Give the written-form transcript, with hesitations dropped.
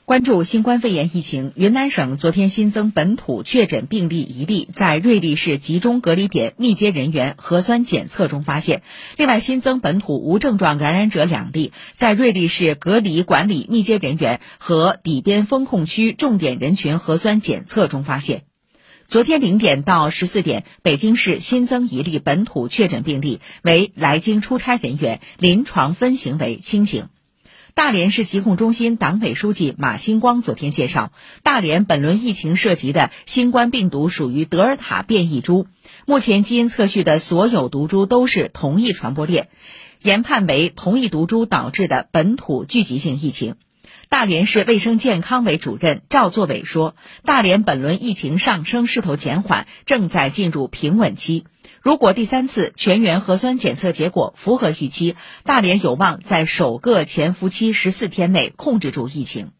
关注新冠肺炎疫情，云南省昨天新增本土确诊病例1例，在瑞丽市集中隔离点密接人员核酸检测中发现。另外新增本土无症状感染者2例，在瑞丽市隔离管理密接人员和底边风控区重点人群核酸检测中发现。昨天0点到14点，北京市新增1例本土确诊病例，为来京出差人员，临床分型为轻型。大连市疾控中心党委书记马兴光昨天介绍，大连本轮疫情涉及的新冠病毒属于德尔塔变异株，目前基因测序的所有毒株都是同一传播链，研判为同一毒株导致的本土聚集性疫情。大连市卫生健康委主任赵作伟说，大连本轮疫情上升势头减缓，正在进入平稳期。如果第3次全员核酸检测结果符合预期，大连有望在首个潜伏期14天内控制住疫情。